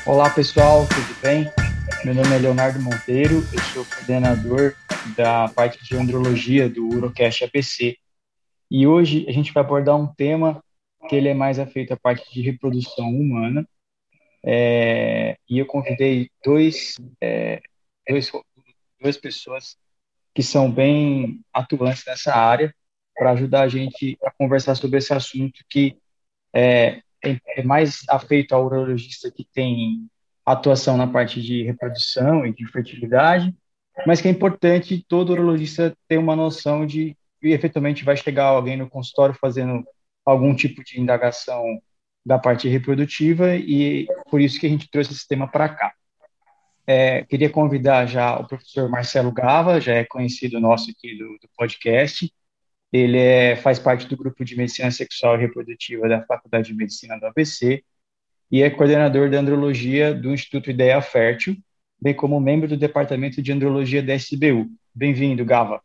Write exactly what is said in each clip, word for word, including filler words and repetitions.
Olá pessoal, tudo bem? Meu nome é Leonardo Monteiro, eu sou coordenador da parte de andrologia do Urocast A B C. E hoje a gente vai abordar um tema que ele é mais afeito à parte de reprodução humana. É, e eu convidei dois, é, dois, duas pessoas que são bem atuantes nessa área para ajudar a gente a conversar sobre esse assunto que é, é é mais afeito ao urologista que tem atuação na parte de reprodução e de fertilidade, mas que é importante todo urologista ter uma noção de que efetivamente vai chegar alguém no consultório fazendo algum tipo de indagação da parte reprodutiva e por isso que a gente trouxe esse tema para cá. É, queria convidar já o professor Marcelo Gava, já é conhecido nosso aqui do, do podcast. Ele é, faz parte do grupo de Medicina Sexual e Reprodutiva da Faculdade de Medicina do A B C e é coordenador da andrologia do Instituto Ideia Fértil, bem como membro do Departamento de Andrologia da S B U. Bem-vindo, Gava.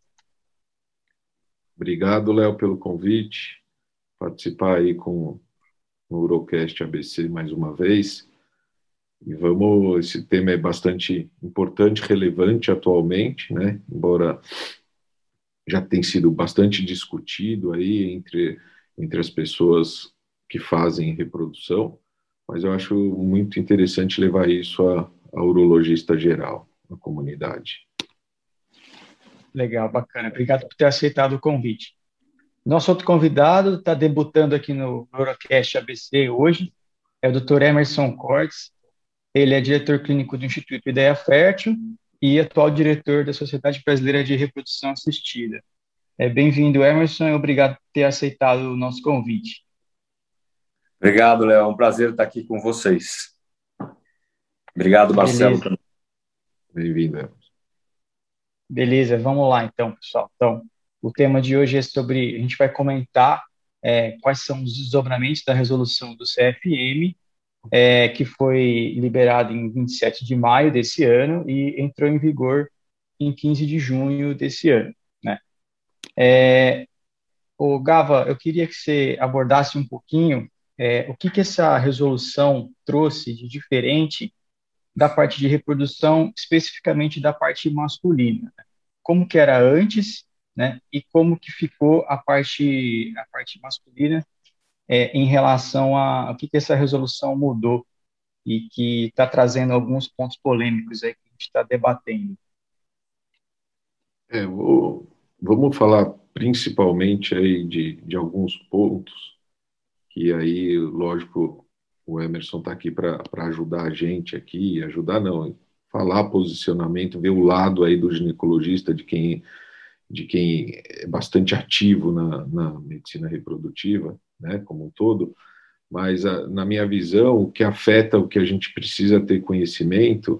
Obrigado, Léo, pelo convite. Participar aí com o Urocast A B C mais uma vez. E vamos, esse tema é bastante importante, relevante atualmente, né? Embora já tenha sido bastante discutido aí entre, entre as pessoas que fazem reprodução, mas eu acho muito interessante levar isso a, a urologista geral, a comunidade. Legal, bacana. Obrigado por ter aceitado o convite. Nosso outro convidado está debutando aqui no Urocast A B C hoje, é o doutor Emerson Cortes. Ele é diretor clínico do Instituto Ideia Fértil e atual diretor da Sociedade Brasileira de Reprodução Assistida. É, bem-vindo, Emerson, e obrigado por ter aceitado o nosso convite. Obrigado, Léo. É um prazer estar aqui com vocês. Obrigado, Marcelo. Beleza. Bem-vindo. Beleza, vamos lá então, pessoal. Então, o tema de hoje é sobre, a gente vai comentar é, quais são os desdobramentos da resolução do C F M, é, que foi liberada em vinte e sete de maio desse ano e entrou em vigor em quinze de junho desse ano, né? É, o Gava, eu queria que você abordasse um pouquinho é, o que que essa resolução trouxe de diferente da parte de reprodução, especificamente da parte masculina. Como que era antes, né? E como que ficou a parte a parte masculina é, em relação a o que que essa resolução mudou e que está trazendo alguns pontos polêmicos aí que a gente está debatendo. É, vou, vamos falar principalmente aí de, de alguns pontos que aí, lógico, o Emerson está aqui para ajudar a gente aqui, ajudar não, falar posicionamento, ver o lado aí do ginecologista, de quem, de quem é bastante ativo na, na medicina reprodutiva, né, como um todo, mas a, na minha visão, o que afeta, o que a gente precisa ter conhecimento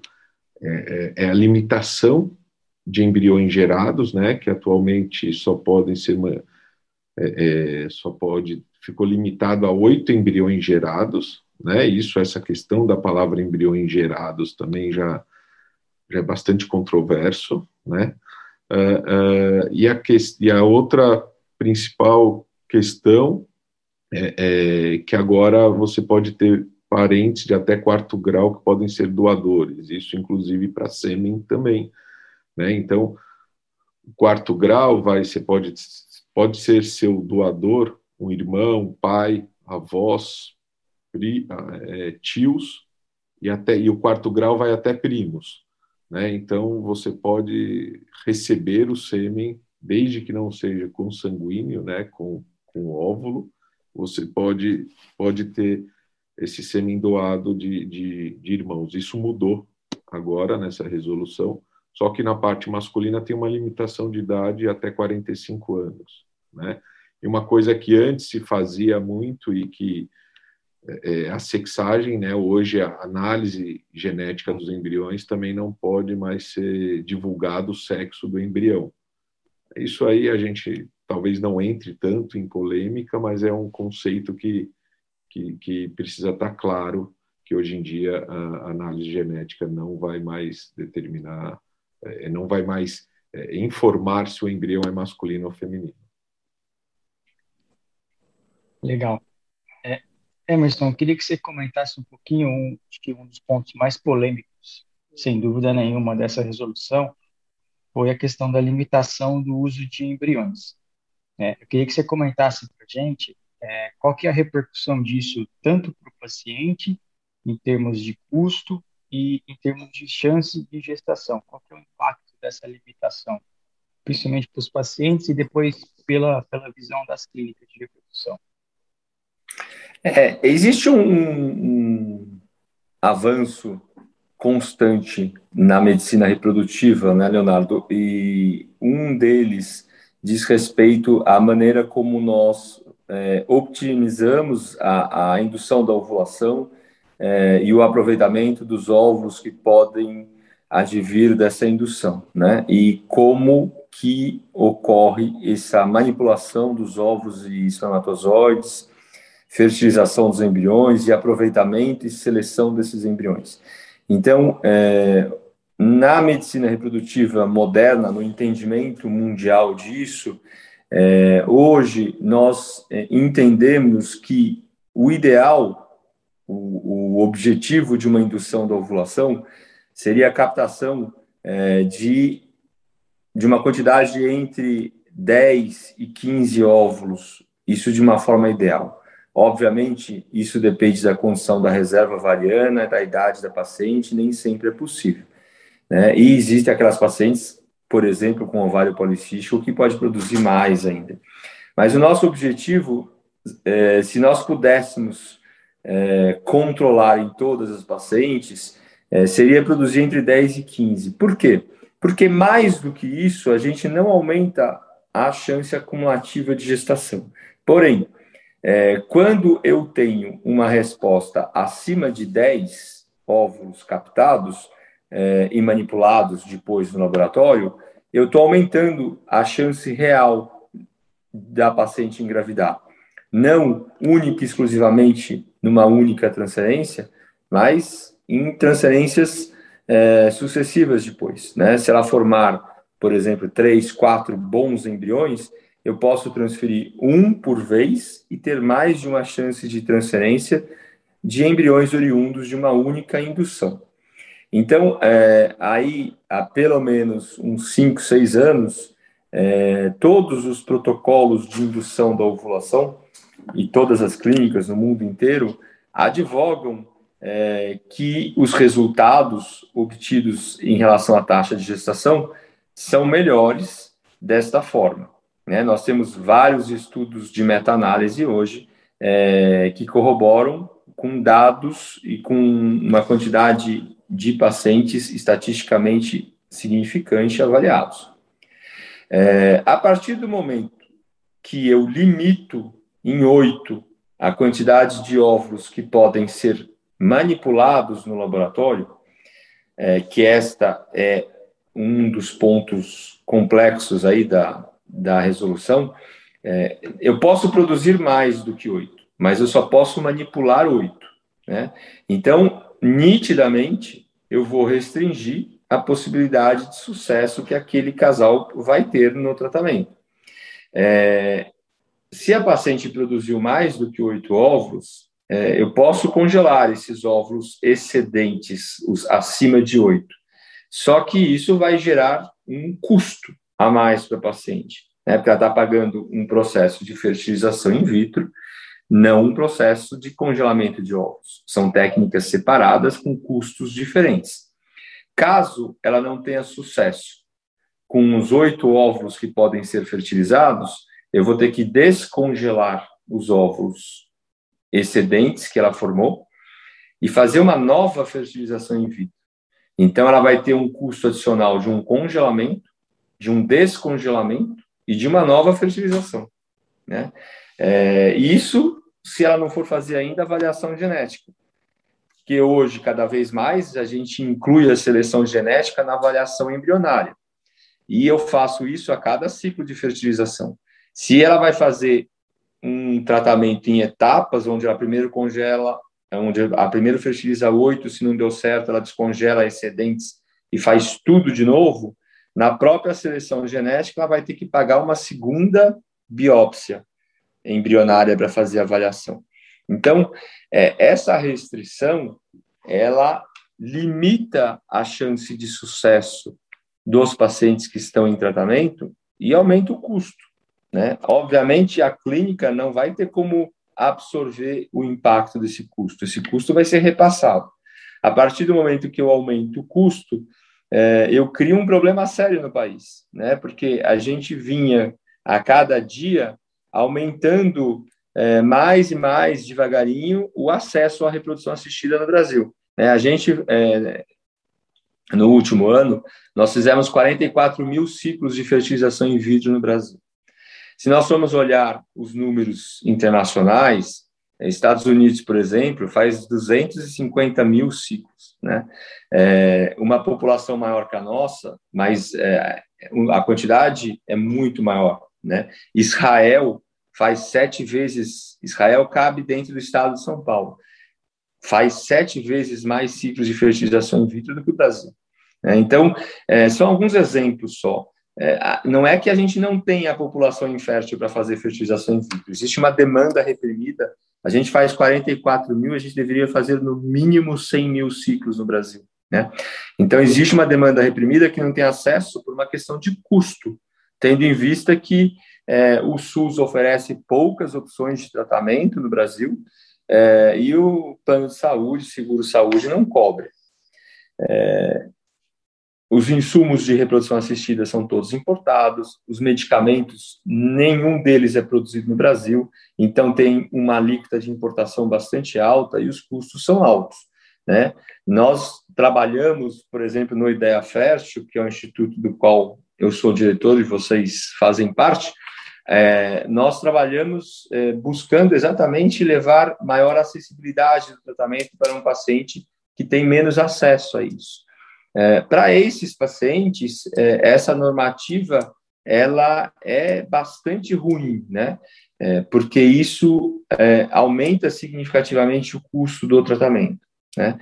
é, é, é a limitação de embriões gerados, né, que atualmente só podem ser uma, é, é, só pode ficou limitado a oito embriões gerados, né? Isso, essa questão da palavra embriões gerados também já, já é bastante controverso, né? Uh, uh, e, a que, e a outra principal questão é, é que agora você pode ter parentes de até quarto grau que podem ser doadores, isso inclusive para sêmen também, né? Então, quarto grau vai, você pode, pode ser seu doador, um irmão, pai, avós, pri, é, tios, e até e o quarto grau vai até primos, né? Então você pode receber o sêmen, desde que não seja consanguíneo, né? Com, com óvulo, você pode pode ter esse sêmen doado de, de, de irmãos. Isso mudou agora nessa resolução. Só que na parte masculina tem uma limitação de idade até quarenta e cinco anos, né? E uma coisa que antes se fazia muito e que é, a sexagem, né? Hoje a análise genética dos embriões também não pode mais ser divulgado o sexo do embrião. Isso aí a gente talvez não entre tanto em polêmica, mas é um conceito que, que, que precisa estar claro que hoje em dia a análise genética não vai mais determinar, é, não vai mais é, informar se o embrião é masculino ou feminino. Legal. É, Emerson, eu queria que você comentasse um pouquinho, um, acho que um dos pontos mais polêmicos, sem dúvida nenhuma, dessa resolução foi a questão da limitação do uso de embriões. Né? Eu queria que você comentasse para a gente é, qual que é a repercussão disso, tanto para o paciente, em termos de custo e em termos de chance de gestação. Qual que é o impacto dessa limitação, principalmente para os pacientes e depois pela, pela visão das clínicas de reprodução? É, existe um, um avanço constante na medicina reprodutiva, né, Leonardo? E um deles diz respeito à maneira como nós é, optimizamos a, a indução da ovulação é, e o aproveitamento dos óvulos que podem advir dessa indução, né? E como que ocorre essa manipulação dos óvulos e espermatozoides, fertilização dos embriões e aproveitamento e seleção desses embriões. Então, é, na medicina reprodutiva moderna, no entendimento mundial disso, é, hoje nós é, entendemos que o ideal, o, o objetivo de uma indução da ovulação seria a captação é, de, de uma quantidade entre dez e quinze óvulos, isso de uma forma ideal. Obviamente, isso depende da condição da reserva ovariana, da idade da paciente, nem sempre é possível, né? E existem aquelas pacientes, por exemplo, com ovário policístico, que pode produzir mais ainda. Mas o nosso objetivo, é, se nós pudéssemos é, controlar em todas as pacientes, é, seria produzir entre dez e quinze. Por quê? Porque mais do que isso, a gente não aumenta a chance acumulativa de gestação. Porém, É, quando eu tenho uma resposta acima de dez óvulos captados é, e manipulados depois no laboratório, eu estou aumentando a chance real da paciente engravidar. Não única e exclusivamente numa única transferência, mas em transferências é, sucessivas depois, né? Se ela formar, por exemplo, três, quatro bons embriões, eu posso transferir um por vez e ter mais de uma chance de transferência de embriões oriundos de uma única indução. Então, é, aí, há pelo menos uns cinco, seis anos, é, todos os protocolos de indução da ovulação e todas as clínicas no mundo inteiro advogam é, que os resultados obtidos em relação à taxa de gestação são melhores desta forma. Né? Nós temos vários estudos de meta-análise hoje é, que corroboram com dados e com uma quantidade de pacientes estatisticamente significante avaliados. É, a partir do momento que eu limito em oito a quantidade de óvulos que podem ser manipulados no laboratório, é, que esta é um dos pontos complexos aí da da resolução, é, eu posso produzir mais do que oito, mas eu só posso manipular oito, né? Então, nitidamente, eu vou restringir a possibilidade de sucesso que aquele casal vai ter no tratamento. É, se a paciente produziu mais do que oito óvulos, é, eu posso congelar esses óvulos excedentes, os acima de oito. Só que isso vai gerar um custo a mais para a paciente, né? Porque ela está pagando um processo de fertilização in vitro, não um processo de congelamento de óvulos. São técnicas separadas com custos diferentes. Caso ela não tenha sucesso com os oito óvulos que podem ser fertilizados, eu vou ter que descongelar os óvulos excedentes que ela formou e fazer uma nova fertilização in vitro. Então, ela vai ter um custo adicional de um congelamento, de um descongelamento e de uma nova fertilização, né? É, isso, se ela não for fazer ainda avaliação genética, que hoje, cada vez mais, a gente inclui a seleção genética na avaliação embrionária. E eu faço isso a cada ciclo de fertilização. Se ela vai fazer um tratamento em etapas, onde ela primeiro congela, onde a primeiro fertiliza oito, se não deu certo, ela descongela excedentes e faz tudo de novo, na própria seleção genética, ela vai ter que pagar uma segunda biópsia embrionária para fazer a avaliação. Então, é, essa restrição, ela limita a chance de sucesso dos pacientes que estão em tratamento e aumenta o custo, né? Obviamente, a clínica não vai ter como absorver o impacto desse custo. Esse custo vai ser repassado. A partir do momento que eu aumento o custo, é, eu crio um problema sério no país, né? Porque a gente vinha, a cada dia, aumentando é, mais e mais devagarinho o acesso à reprodução assistida no Brasil. É, a gente, é, no último ano, nós fizemos quarenta e quatro mil ciclos de fertilização in vitro no Brasil. Se nós formos olhar os números internacionais, Estados Unidos, por exemplo, faz duzentos e cinquenta mil ciclos, né? É, uma população maior que a nossa, mas é, a quantidade é muito maior, né? Israel faz sete vezes, Israel cabe dentro do estado de São Paulo, faz sete vezes mais ciclos de fertilização in vitro do que o Brasil. É, então, é, são alguns exemplos só. É, não é que a gente não tenha a população infértil para fazer fertilização in vitro, existe uma demanda reprimida. A gente faz quarenta e quatro mil, a gente deveria fazer no mínimo cem mil ciclos no Brasil, né? Então, existe uma demanda reprimida que não tem acesso por uma questão de custo, tendo em vista que é, o SUS oferece poucas opções de tratamento no Brasil é, e o plano de saúde, seguro-saúde, não cobre. É, Os insumos de reprodução assistida são todos importados, os medicamentos, nenhum deles é produzido no Brasil, então tem uma alíquota de importação bastante alta e os custos são altos, né? Nós trabalhamos, por exemplo, no Ideia Fértil, que é um instituto do qual eu sou diretor e vocês fazem parte, é, nós trabalhamos é, buscando exatamente levar maior acessibilidade do tratamento para um paciente que tem menos acesso a isso. É, para esses pacientes, é, essa normativa ela é bastante ruim, né? É, porque isso é, aumenta significativamente o custo do tratamento, né?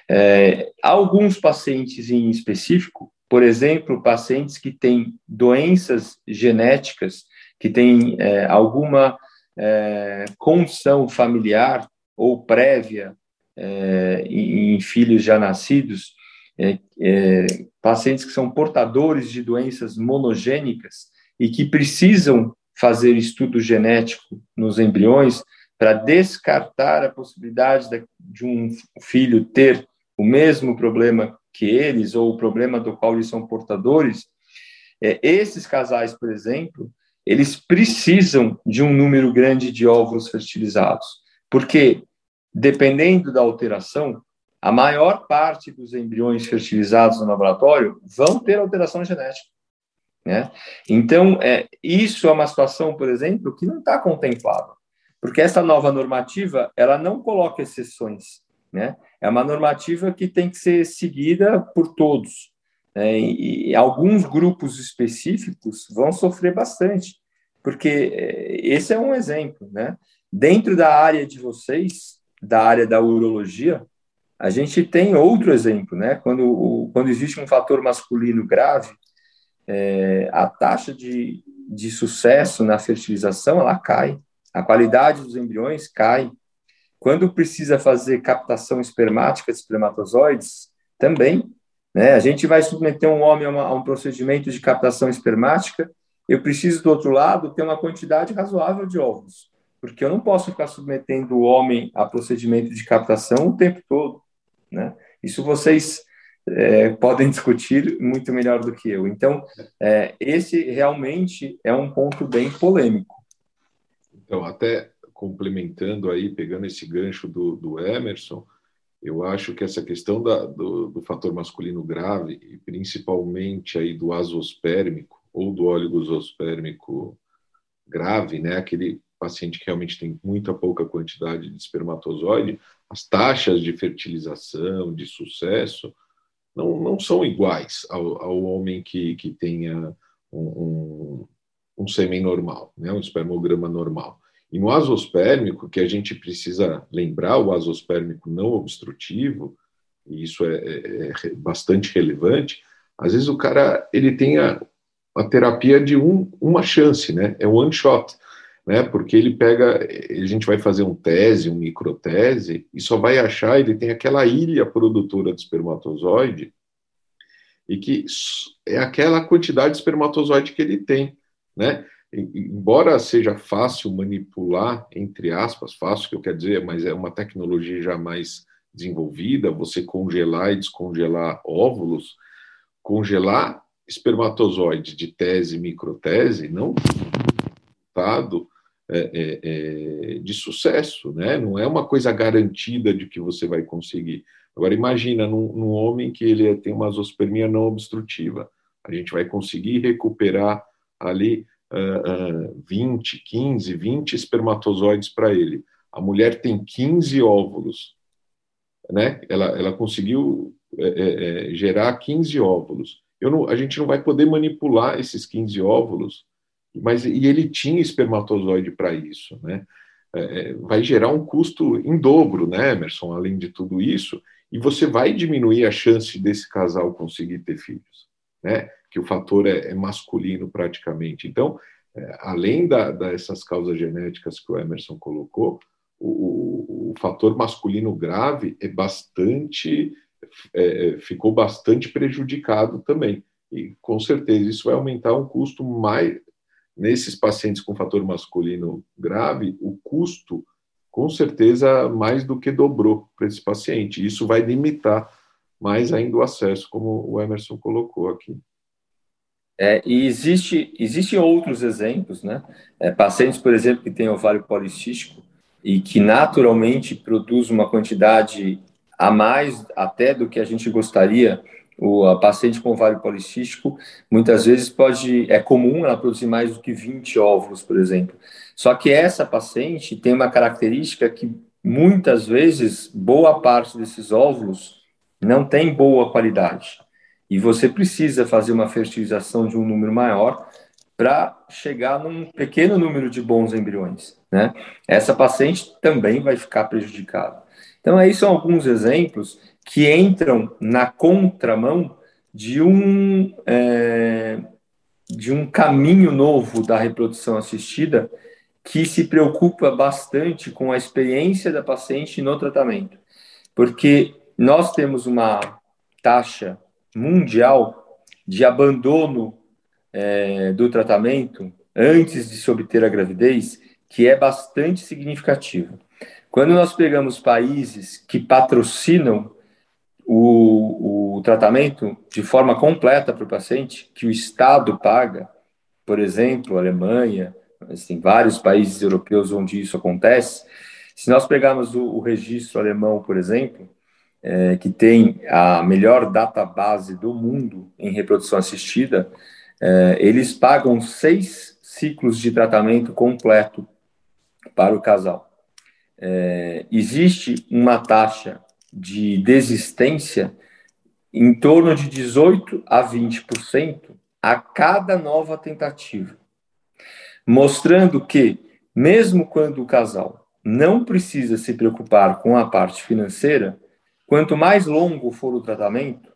É, alguns pacientes em específico, por exemplo, pacientes que têm doenças genéticas, que têm é, alguma é, condição familiar ou prévia é, em, em filhos já nascidos, É, é, pacientes que são portadores de doenças monogênicas e que precisam fazer estudo genético nos embriões para descartar a possibilidade de, de um filho ter o mesmo problema que eles ou o problema do qual eles são portadores. É, esses casais, por exemplo, eles precisam de um número grande de óvulos fertilizados, porque, dependendo da alteração, a maior parte dos embriões fertilizados no laboratório vão ter alteração genética, né? Então, é, isso é uma situação, por exemplo, que não está contemplada, porque essa nova normativa, ela não coloca exceções, né? É uma normativa que tem que ser seguida por todos, né? E, e alguns grupos específicos vão sofrer bastante, porque é, esse é um exemplo, né? Dentro da área de vocês, da área da urologia, a gente tem outro exemplo, né? Quando, o, quando existe um fator masculino grave, é, a taxa de, de sucesso na fertilização, ela cai. A qualidade dos embriões cai. Quando precisa fazer captação espermática de espermatozoides, também, né? A gente vai submeter um homem a, uma, a um procedimento de captação espermática, eu preciso, do outro lado, ter uma quantidade razoável de óvulos, porque eu não posso ficar submetendo o homem a procedimento de captação o tempo todo, né? Isso vocês é, podem discutir muito melhor do que eu. Então, é, esse realmente é um ponto bem polêmico. Então, até complementando aí, pegando esse gancho do, do Emerson, eu acho que essa questão da, do, do fator masculino grave, e principalmente aí do azoospermico, ou do oligospermico grave, né, aquele paciente que realmente tem muita pouca quantidade de espermatozoide, as taxas de fertilização, de sucesso, não, não são iguais ao, ao homem que, que tenha um, um, um sêmen normal, né, um espermograma normal. E no azoospermico, que a gente precisa lembrar, o azoospermico não obstrutivo, e isso é, é, é bastante relevante, às vezes o cara ele tem a, a terapia de um, uma chance, né, é one shot. né? Porque ele pega, a gente vai fazer um tese, um microtese, e só vai achar, ele tem aquela ilha produtora de espermatozoide, e que é aquela quantidade de espermatozoide que ele tem, né? Embora seja fácil manipular, entre aspas, fácil que eu quero dizer, mas é uma tecnologia já mais desenvolvida, você congelar e descongelar óvulos, congelar espermatozoides de tese e microtese, não resultado é, é, é, de sucesso, né? Não é uma coisa garantida de que você vai conseguir. Agora, imagina num, num homem que ele tem uma azoospermia não obstrutiva. A gente vai conseguir recuperar ali uh, uh, vinte, quinze, vinte espermatozoides para ele. A mulher tem quinze óvulos, né? Ela, ela conseguiu é, é, gerar quinze óvulos. Eu não, a gente não vai poder manipular esses quinze óvulos, mas e ele tinha espermatozoide para isso, né? É, vai gerar um custo em dobro, né, Emerson? Além de tudo isso, e você vai diminuir a chance desse casal conseguir ter filhos, né? Que o fator é, é masculino praticamente. Então, é, além da, dessas causas genéticas que o Emerson colocou, o, o, o fator masculino grave é bastante, é, ficou bastante prejudicado também. E com certeza isso vai aumentar um custo mais. Nesses pacientes com fator masculino grave, o custo, com certeza, mais do que dobrou para esse paciente. Isso vai limitar mais ainda o acesso, como o Emerson colocou aqui. É, e existe, existem outros exemplos, né? É, pacientes, por exemplo, que têm ovário policístico e que naturalmente produz uma quantidade a mais até do que a gente gostaria. O a paciente com ovário policístico, muitas vezes pode, é comum ela produzir mais do que vinte óvulos, por exemplo. Só que essa paciente tem uma característica que muitas vezes boa parte desses óvulos não tem boa qualidade. E você precisa fazer uma fertilização de um número maior para chegar num pequeno número de bons embriões, né? Essa paciente também vai ficar prejudicada. Então, aí são alguns exemplos que entram na contramão de um, é, de um caminho novo da reprodução assistida que se preocupa bastante com a experiência da paciente no tratamento. Porque nós temos uma taxa mundial de abandono é, do tratamento antes de se obter a gravidez, que é bastante significativa. Quando nós pegamos países que patrocinam o, o tratamento de forma completa para o paciente, que o Estado paga, por exemplo, Alemanha, assim, vários países europeus onde isso acontece, se nós pegarmos o, o registro alemão, por exemplo, é, que tem a melhor database do mundo em reprodução assistida, é, eles pagam seis ciclos de tratamento completo para o casal. É, existe uma taxa de desistência em torno de dezoito a vinte por cento a cada nova tentativa, mostrando que, mesmo quando o casal não precisa se preocupar com a parte financeira, quanto mais longo for o tratamento,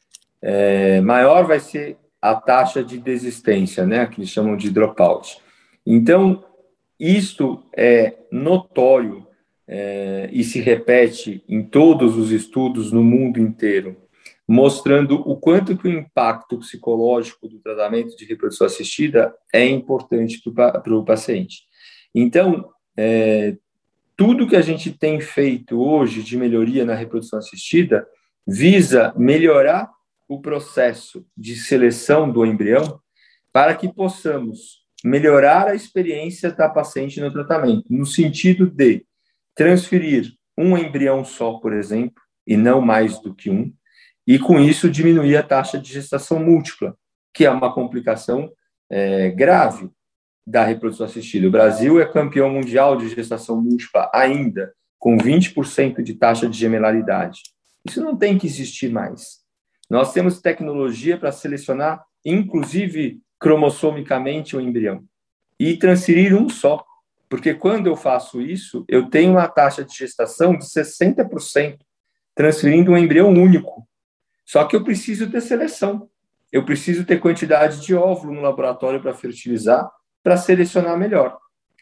é, maior vai ser a taxa de desistência, né, que eles chamam de dropout. Então, isto é notório é, e se repete em todos os estudos no mundo inteiro, mostrando o quanto que o impacto psicológico do tratamento de reprodução assistida é importante para o paciente. Então, é, tudo que a gente tem feito hoje de melhoria na reprodução assistida visa melhorar o processo de seleção do embrião para que possamos melhorar a experiência da paciente no tratamento, no sentido de transferir um embrião só, por exemplo, e não mais do que um, e com isso diminuir a taxa de gestação múltipla, que é uma complicação é, grave da reprodução assistida. O Brasil é campeão mundial de gestação múltipla ainda, com vinte por cento de taxa de gemelaridade. Isso não tem que existir mais. Nós temos tecnologia para selecionar, inclusive cromossomicamente, o embrião e transferir um só. Porque quando eu faço isso, eu tenho uma taxa de gestação de sessenta por cento, transferindo um embrião único. Só que eu preciso ter seleção. Eu preciso ter quantidade de óvulo no laboratório para fertilizar, para selecionar melhor.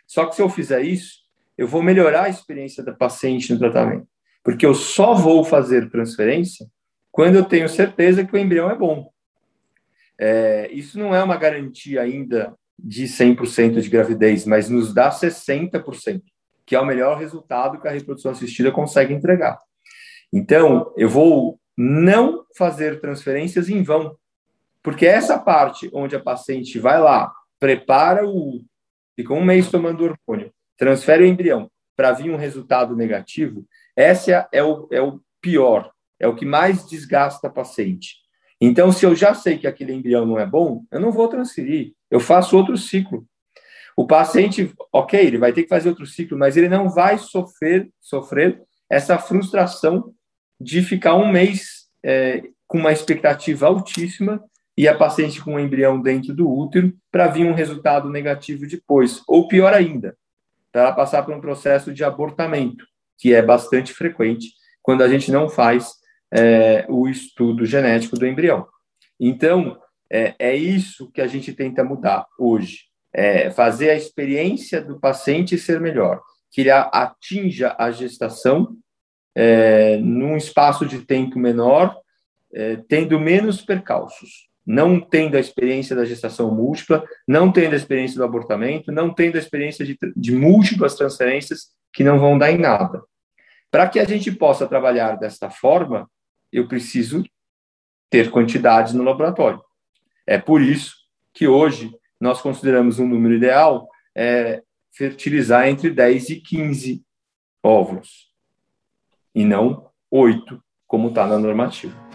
Só que se eu fizer isso, eu vou melhorar a experiência da paciente no tratamento, porque eu só vou fazer transferência quando eu tenho certeza que o embrião é bom. É, isso não é uma garantia ainda de cem por cento de gravidez, mas nos dá sessenta por cento, que é o melhor resultado que a reprodução assistida consegue entregar. Então, eu vou não fazer transferências em vão, porque essa parte onde a paciente vai lá, prepara o... fica um mês tomando hormônio, transfere o embrião para vir um resultado negativo, essa é o, é o pior, é o que mais desgasta a paciente. Então, se eu já sei que aquele embrião não é bom, eu não vou transferir, eu faço outro ciclo. O paciente, ok, ele vai ter que fazer outro ciclo, mas ele não vai sofrer, sofrer essa frustração de ficar um mês é, com uma expectativa altíssima e a paciente com um embrião dentro do útero para vir um resultado negativo depois. Ou pior ainda, para ela passar por um processo de abortamento, que é bastante frequente quando a gente não faz é, o estudo genético do embrião. Então, é, é isso que a gente tenta mudar hoje. É fazer a experiência do paciente ser melhor, que ele atinja a gestação é, num espaço de tempo menor, é, tendo menos percalços, não tendo a experiência da gestação múltipla, não tendo a experiência do abortamento, não tendo a experiência de, de múltiplas transferências que não vão dar em nada. Para que a gente possa trabalhar desta forma, eu preciso ter quantidades no laboratório. É por isso que hoje nós consideramos um número ideal é, fertilizar entre dez e quinze óvulos, e não oito, como está na normativa.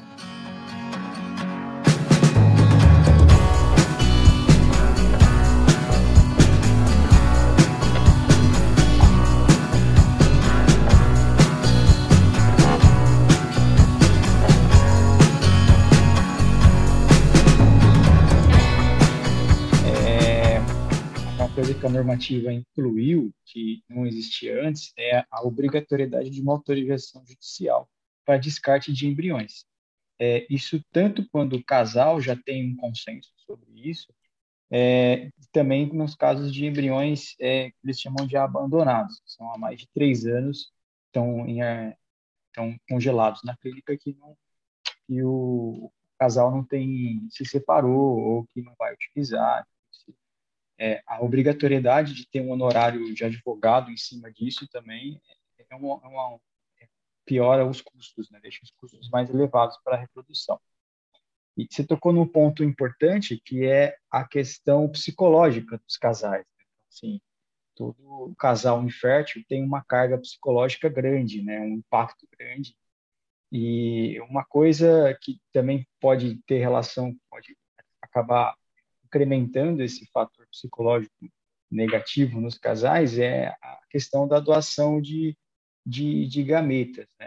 Que a normativa incluiu, que não existia antes, é a obrigatoriedade de uma autorização judicial para descarte de embriões. É, isso tanto quando o casal já tem um consenso sobre isso, é, também nos casos de embriões é, que eles chamam de abandonados, que são há mais de três anos, estão, em, é, estão congelados na clínica que, não, que o casal não tem, se separou ou que não vai utilizar. É, a obrigatoriedade de ter um honorário de advogado em cima disso também é uma, é uma, piora os custos, né? Deixa os custos mais elevados para a reprodução. E você tocou num ponto importante, que é a questão psicológica dos casais. Né? Assim, todo casal infértil tem uma carga psicológica grande, né? Um impacto grande. E uma coisa que também pode ter relação, pode acabar incrementando esse fator psicológico negativo nos casais é a questão da doação de, de, de gametas, né?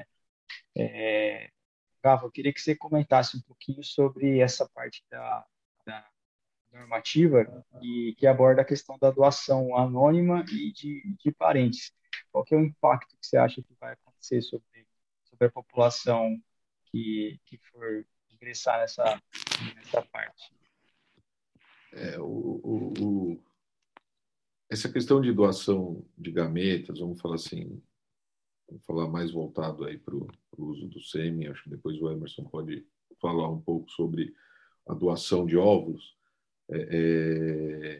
É, Gava, eu queria que você comentasse um pouquinho sobre essa parte da, da normativa e que aborda a questão da doação anônima e de, de parentes. Qual que é o impacto que você acha que vai acontecer sobre, sobre a população que, que for ingressar nessa, nessa parte? É, o, o, o, essa questão de doação de gametas, vamos falar assim, vamos falar mais voltado aí para o uso do sêmen, acho que depois o Emerson pode falar um pouco sobre a doação de óvulos. É, é,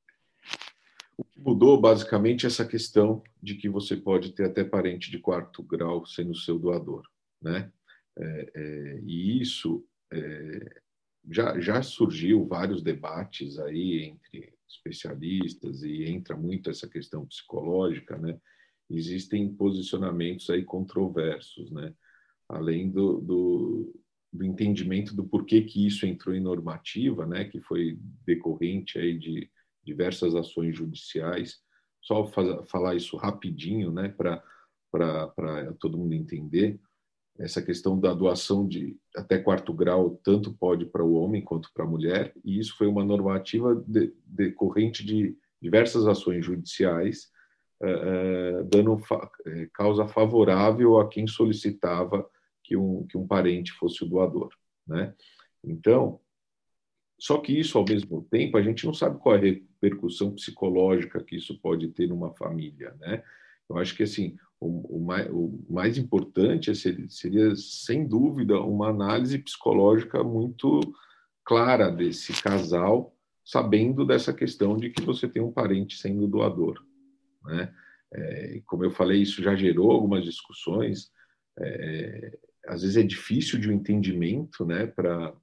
o que mudou basicamente é essa questão de que você pode ter até parente de quarto grau sendo seu doador, né? É, é, e isso é, já, já surgiu vários debates aí entre especialistas e entra muito essa questão psicológica, né? Existem posicionamentos aí controversos, né? Além do, do, do entendimento do porquê que isso entrou em normativa, né? Que foi decorrente aí de diversas ações judiciais. Só faz, falar isso rapidinho, né? Para para todo mundo entender. Essa questão da doação de até quarto grau tanto pode para o homem quanto para a mulher, e isso foi uma normativa de, decorrente de diversas ações judiciais, uh, uh, dando fa causa favorável a quem solicitava que um, que um parente fosse o doador, né? Então, Só que isso, ao mesmo tempo, a gente não sabe qual é a repercussão psicológica que isso pode ter numa família, né? Eu acho que, assim, o, o, mais, o mais importante seria, seria, sem dúvida, uma análise psicológica muito clara desse casal, sabendo dessa questão de que você tem um parente sendo doador, né? É, como eu falei, isso já gerou algumas discussões. É, às vezes é difícil de um entendimento, né, para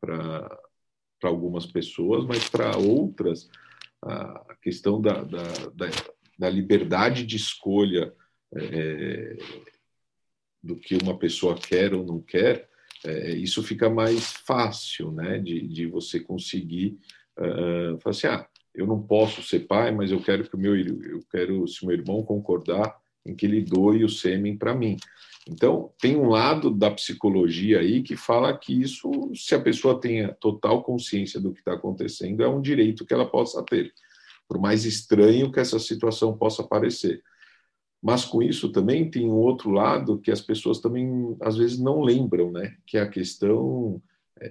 para algumas pessoas, mas para outras a questão da, da, da, da liberdade de escolha é, do que uma pessoa quer ou não quer, é, isso fica mais fácil, né, de, de você conseguir uh, falar assim, ah, eu não posso ser pai, mas eu quero que o meu, eu quero, se meu irmão concordar, em que ele doe o sêmen para mim. Então, tem um lado da psicologia aí que fala que isso, se a pessoa tenha total consciência do que está acontecendo, é um direito que ela possa ter, por mais estranho que essa situação possa parecer. Mas com isso também tem um outro lado que as pessoas também às vezes não lembram, né? Que é a questão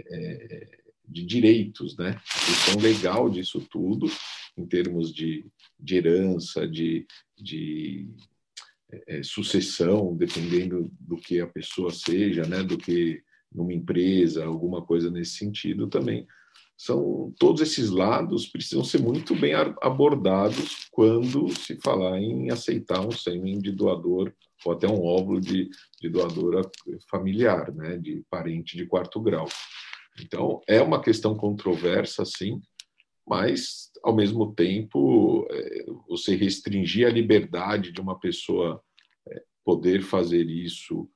é, de direitos, né? A questão legal disso tudo, em termos de, de herança, de, de é, sucessão, dependendo do que a pessoa seja, né? Do que numa empresa, alguma coisa nesse sentido também. São, todos esses lados precisam ser muito bem abordados quando se falar em aceitar um sêmen de doador ou até um óvulo de, de doadora familiar, né, de parente de quarto grau. Então, é uma questão controversa, sim, mas, ao mesmo tempo, é, você restringir a liberdade de uma pessoa é, poder fazer isso,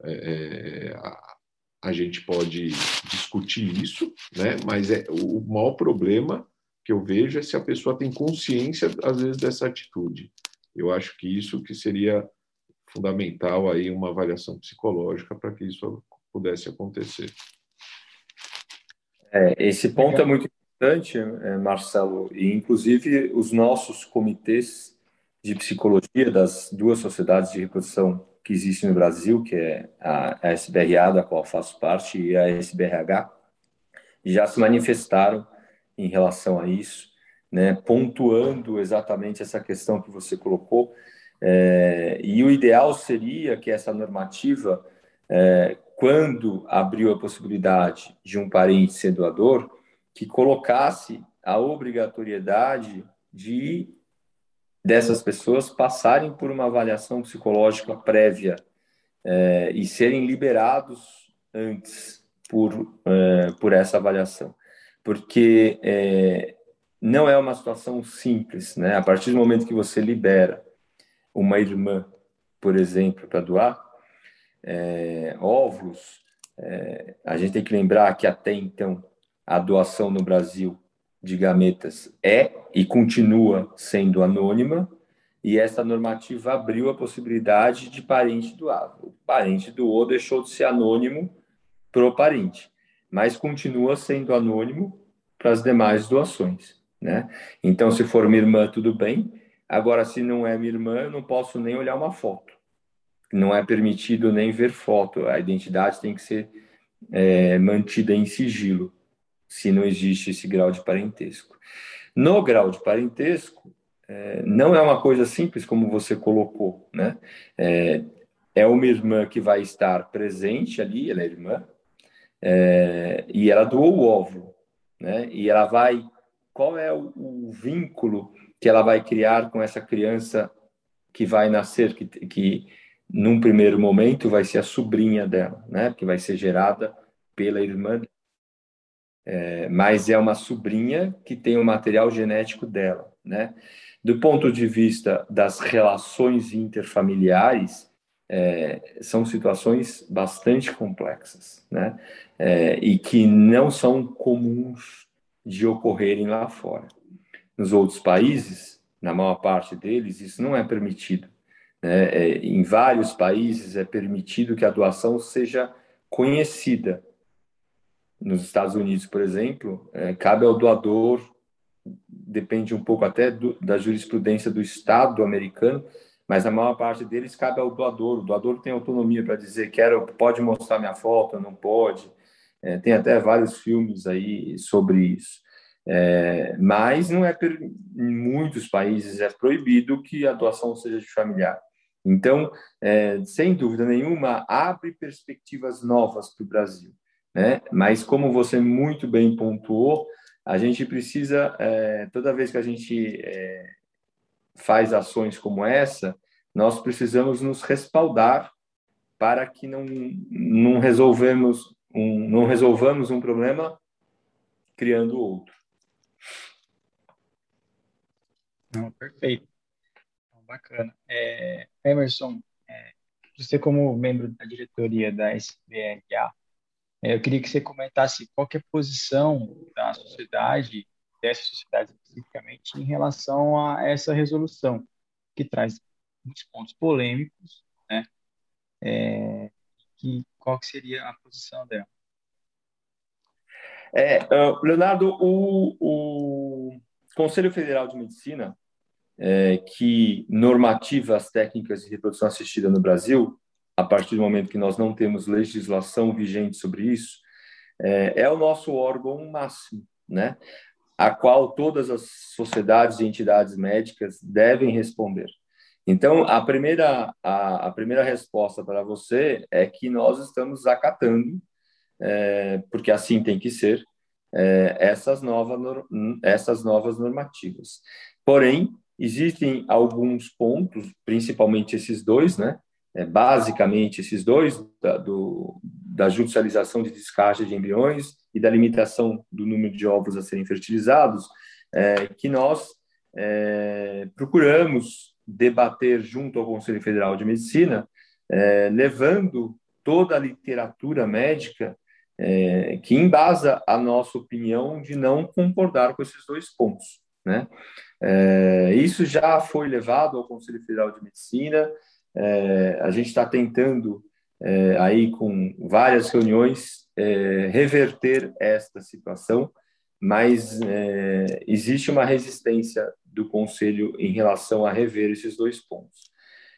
é, a, a gente pode discutir isso, né? Mas é, o maior problema que eu vejo é se a pessoa tem consciência, às vezes, dessa atitude. Eu acho que isso que seria fundamental aí, uma avaliação psicológica para que isso pudesse acontecer. É, esse ponto é muito importante, Marcelo, e inclusive os nossos comitês de psicologia das duas sociedades de reprodução que existem no Brasil, que é a S B R A, da qual faço parte, e a S B R H, já se manifestaram em relação a isso, né, pontuando exatamente essa questão que você colocou. É, e o ideal seria que essa normativa, é, quando abriu a possibilidade de um parente ser doador, que colocasse a obrigatoriedade de dessas pessoas passarem por uma avaliação psicológica prévia é, e serem liberados antes por, é, por essa avaliação. Porque é, não é uma situação simples, né? A partir do momento que você libera uma irmã, por exemplo, para doar é, óvulos, é, a gente tem que lembrar que até então a doação no Brasil de gametas é e continua sendo anônima, e essa normativa abriu a possibilidade de parente doar. O parente doou, deixou de ser anônimo para o parente, mas continua sendo anônimo para as demais doações, né? Então, se for minha irmã, tudo bem. Agora, se não é minha irmã, eu não posso nem olhar uma foto. Não é permitido nem ver foto. A identidade tem que ser é, mantida em sigilo, se não existe esse grau de parentesco. No grau de parentesco, é, não é uma coisa simples como você colocou, né? É, é uma irmã que vai estar presente ali, ela é irmã, é, e ela doou o óvulo, né? E ela vai... Qual é o, o vínculo que ela vai criar com essa criança que vai nascer, que, que num primeiro momento vai ser a sobrinha dela, né? Que vai ser gerada pela irmã, é, mas é uma sobrinha que tem o material genético dela, né? Do ponto de vista das relações interfamiliares, é, são situações bastante complexas, né? É, e que não são comuns de ocorrerem lá fora. Nos outros países, na maior parte deles, isso não é permitido. Né? É, em vários países é permitido que a doação seja conhecida. Nos Estados Unidos, por exemplo, é, cabe ao doador, depende um pouco até do, da jurisprudência do Estado americano, mas na maior parte deles cabe ao doador. O doador tem autonomia para dizer, quero, pode mostrar minha foto, não pode. É, tem até vários filmes aí sobre isso. É, mas não é per... em muitos países é proibido que a doação seja de familiar. Então, é, sem dúvida nenhuma, abre perspectivas novas para o Brasil, né? Mas como você muito bem pontuou, a gente precisa, é, toda vez que a gente é, faz ações como essa, nós precisamos nos respaldar para que não, não, resolvemos um, não resolvamos um problema criando outro. Não, perfeito. Bacana. É, Emerson, é, você como membro da diretoria da S B R A, é, eu queria que você comentasse qual que é a posição da sociedade, dessa sociedade especificamente, em relação a essa resolução, que traz muitos pontos polêmicos, né? É, que, qual que seria a posição dela? É, uh, Leonardo, o, o Conselho Federal de Medicina, é, que normativa as técnicas de reprodução assistida no Brasil, a partir do momento que nós não temos legislação vigente sobre isso, é, é o nosso órgão máximo, né? A qual todas as sociedades e entidades médicas devem responder. Então, a primeira, a, a primeira resposta para você é que nós estamos acatando, é, porque assim tem que ser, é, essas, nova, essas novas normativas. Porém, existem alguns pontos, principalmente esses dois, né? É, basicamente esses dois, da, do, da judicialização de descarte de embriões e da limitação do número de ovos a serem fertilizados, é, que nós é, procuramos debater junto ao Conselho Federal de Medicina, é, levando toda a literatura médica é, que embasa a nossa opinião de não concordar com esses dois pontos, né? É, isso já foi levado ao Conselho Federal de Medicina, é, a gente está tentando, é, aí com várias reuniões, é, reverter esta situação, mas é, existe uma resistência do Conselho em relação a rever esses dois pontos.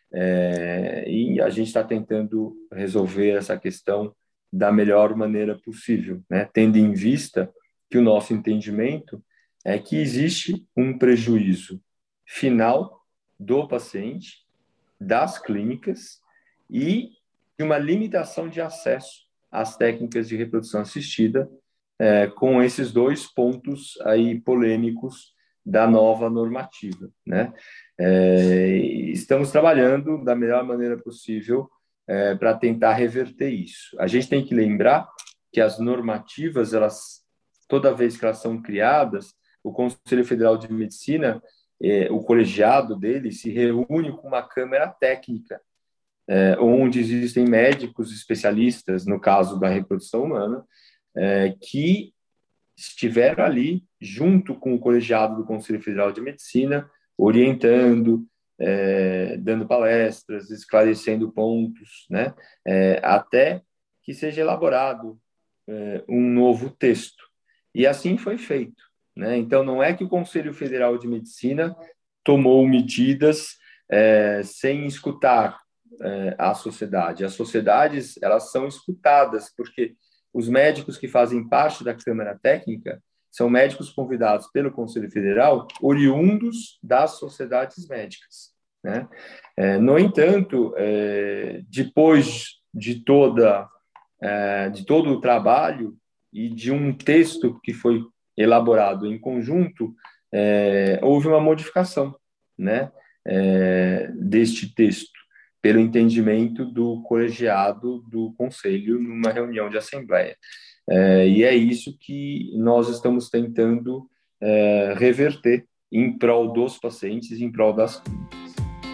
É, e a gente está tentando resolver essa questão da melhor maneira possível, né? Tendo em vista que o nosso entendimento é que existe um prejuízo final do paciente, das clínicas e de uma limitação de acesso às técnicas de reprodução assistida, é, com esses dois pontos aí polêmicos da nova normativa, né? É, estamos trabalhando da melhor maneira possível é, para tentar reverter isso. A gente tem que lembrar que as normativas, elas, toda vez que elas são criadas, o Conselho Federal de Medicina, é, o colegiado dele, se reúne com uma câmara técnica, é, onde existem médicos especialistas, no caso da reprodução humana, é, que estiveram ali junto com o colegiado do Conselho Federal de Medicina, orientando, é, dando palestras, esclarecendo pontos, né, é, até que seja elaborado é, um novo texto. E assim foi feito, né? Então, não é que o Conselho Federal de Medicina tomou medidas é, sem escutar é, a sociedade. As sociedades, elas são escutadas, porque os médicos que fazem parte da Câmara Técnica são médicos convidados pelo Conselho Federal, oriundos das sociedades médicas, né? É, no entanto, é, depois de toda é, de todo o trabalho e de um texto que foi elaborado em conjunto, é, houve uma modificação, né, é, deste texto, pelo entendimento do colegiado do Conselho numa reunião de assembleia. É, e é isso que nós estamos tentando é, reverter em prol dos pacientes, em prol das clínicas.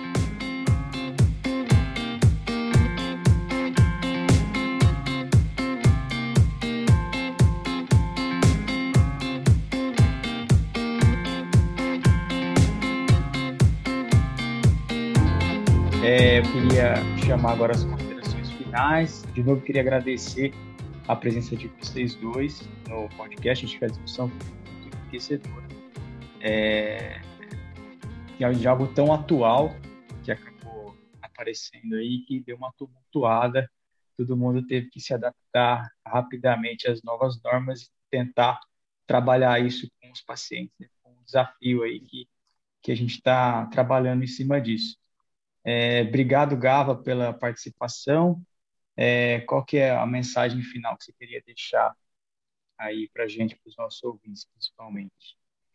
É, eu queria chamar agora as considerações finais. De novo, queria agradecer a presença de vocês dois no podcast. Acho que a discussão foi muito enriquecedora. É, de algo tão atual que acabou aparecendo aí, que deu uma tumultuada. Todo mundo teve que se adaptar rapidamente às novas normas e tentar trabalhar isso com os pacientes, né? Com o desafio aí que, que a gente está trabalhando em cima disso. É, obrigado, Gava, pela participação. É, qual que é a mensagem final que você queria deixar aí para a gente, para os nossos ouvintes, principalmente?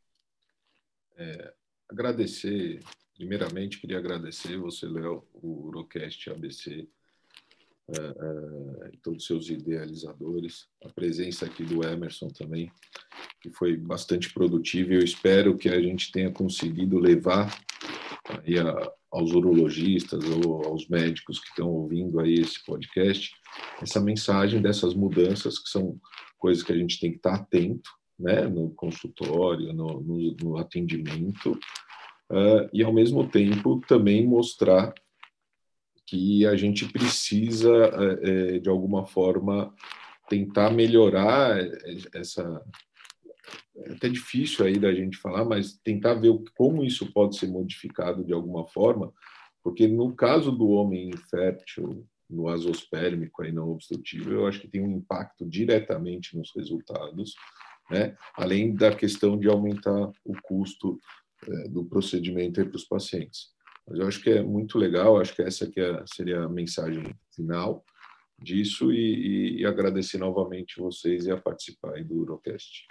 É, agradecer, primeiramente, queria agradecer você, Léo, o Urocast A B C, é, é, e todos os seus idealizadores, a presença aqui do Emerson também, que foi bastante produtiva, e eu espero que a gente tenha conseguido levar aí a, aos urologistas ou aos médicos que estão ouvindo aí esse podcast, essa mensagem dessas mudanças, que são coisas que a gente tem que estar atento, né, no consultório, no, no, no atendimento, uh, e ao mesmo tempo também mostrar que a gente precisa, uh, uh, de alguma forma, tentar melhorar essa... É até difícil aí da gente falar, mas tentar ver como isso pode ser modificado de alguma forma, porque no caso do homem infértil, no azospérmico aí não obstrutivo, eu acho que tem um impacto diretamente nos resultados, né? Além da questão de aumentar o custo é, do procedimento para os pacientes. Mas eu acho que é muito legal, acho que essa que é, seria a mensagem final disso, e, e, e agradecer novamente vocês e a participar aí do Urocast.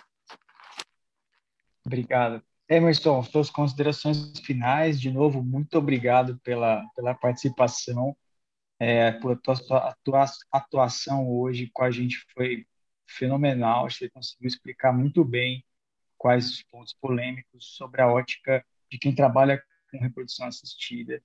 Obrigado. Emerson, suas considerações finais, de novo, muito obrigado pela, pela participação, é, por tua, tua, tua atuação hoje com a gente foi fenomenal, acho que você conseguiu explicar muito bem quais os pontos polêmicos sobre a ótica de quem trabalha com reprodução assistida,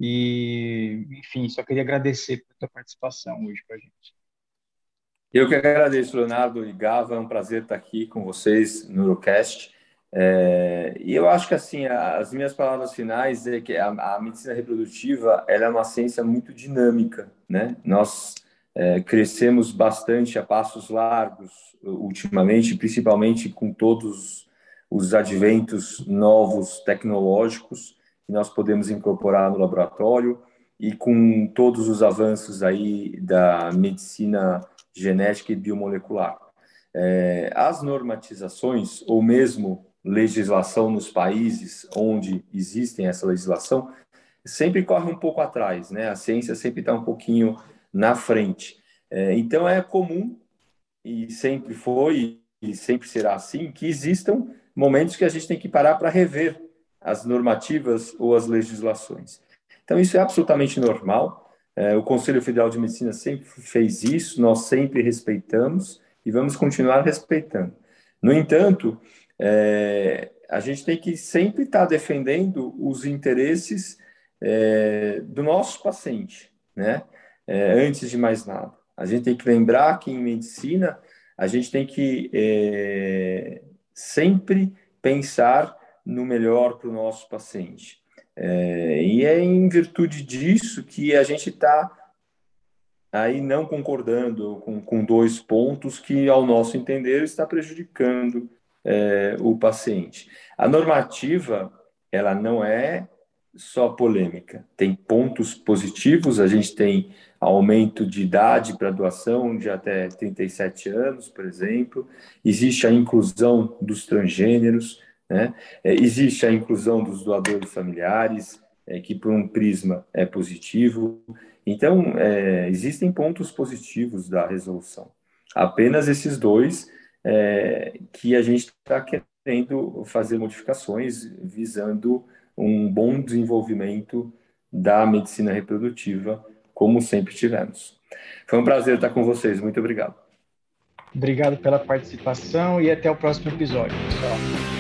e, enfim, só queria agradecer por tua participação hoje com a gente. Eu que agradeço, Leonardo e Gava, é um prazer estar aqui com vocês no Urocast. É, e eu acho que assim, as minhas palavras finais é que a, a medicina reprodutiva ela é uma ciência muito dinâmica, né? Nós é, crescemos bastante a passos largos ultimamente, principalmente com todos os adventos novos tecnológicos que nós podemos incorporar no laboratório e com todos os avanços aí da medicina genética e biomolecular. É, as normatizações, ou mesmo legislação nos países onde existem essa legislação, sempre corre um pouco atrás, né? A ciência sempre está um pouquinho na frente. É, então, é comum, e sempre foi, e sempre será assim, que existam momentos que a gente tem que parar para rever as normativas ou as legislações. Então, isso é absolutamente normal. É, o Conselho Federal de Medicina sempre fez isso, nós sempre respeitamos e vamos continuar respeitando. No entanto, é, a gente tem que sempre estar defendendo os interesses é, do nosso paciente, né? É, antes de mais nada. A gente tem que lembrar que em medicina a gente tem que é, sempre pensar no melhor para o nosso paciente. É, e é em virtude disso que a gente está aí não concordando com, com dois pontos que, ao nosso entender, está prejudicando é, o paciente. A normativa, ela não é só polêmica. Tem pontos positivos, a gente tem aumento de idade para doação de até trinta e sete anos, por exemplo. Existe a inclusão dos transgêneros, né? É, existe a inclusão dos doadores familiares, é, que por um prisma é positivo. Então, é, existem pontos positivos da resolução. Apenas esses dois é, que a gente está querendo fazer modificações visando um bom desenvolvimento da medicina reprodutiva, como sempre tivemos. Foi um prazer estar com vocês. Muito obrigado. Obrigado pela participação e até o próximo episódio, pessoal.